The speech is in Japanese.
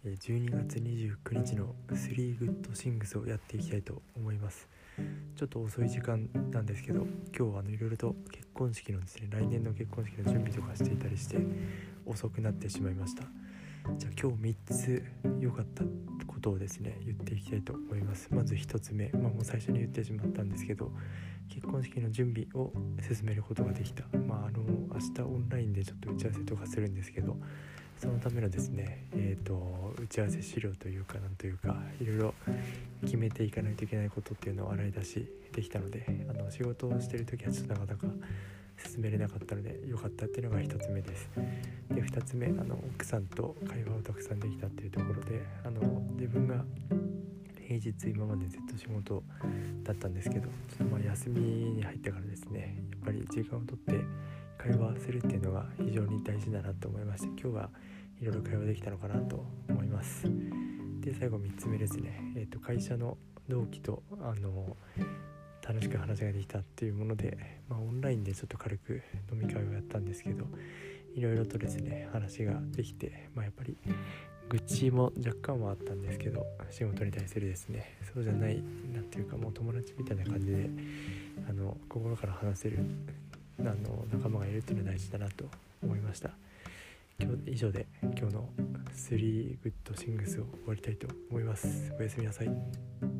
12月29日の3 Good Things をやっていきたいと思います。ちょっと遅い時間なんですけど、今日はいろいろと結婚式のですね、来年の結婚式の準備とかしていたりして遅くなってしまいました。じゃあ今日3つ良かったことをですね言っていきたいと思います。まず1つ目、もう最初に言ってしまったんですけど、結婚式の準備を進めることができた。明日オンラインでちょっと打ち合わせとかするんですけど、そのためのですね、打ち合わせ資料というかなんというかいろいろ決めていかないといけないことっていうのを洗い出しできたので、仕事をしている時はちょっとなかなか進めれなかったので良かったっていうのが1つ目です。で2つ目、奥さんと会話をたくさんできたっていうところで、自分が平日今までずっと仕事だったんですけど、ちょっと休みに入ってからですね、やっぱり時間をとって会話するっていうのが非常に大事だなと思いまして、今日はいろいろ会話できたのかなと思います。で最後3つ目ですね、会社の同期と楽しく話ができたっていうもので、オンラインでちょっと軽く飲み会をやったんですけど、いろいろとですね話ができて、やっぱり愚痴も若干はあったんですけど、仕事に対するですね、そうじゃないなんていうか、もう友達みたいな感じで心から話せる仲間がいるっていうのは大事だなと思いました。以上で今日の3 Good Things を終わりたいと思います。おやすみなさい。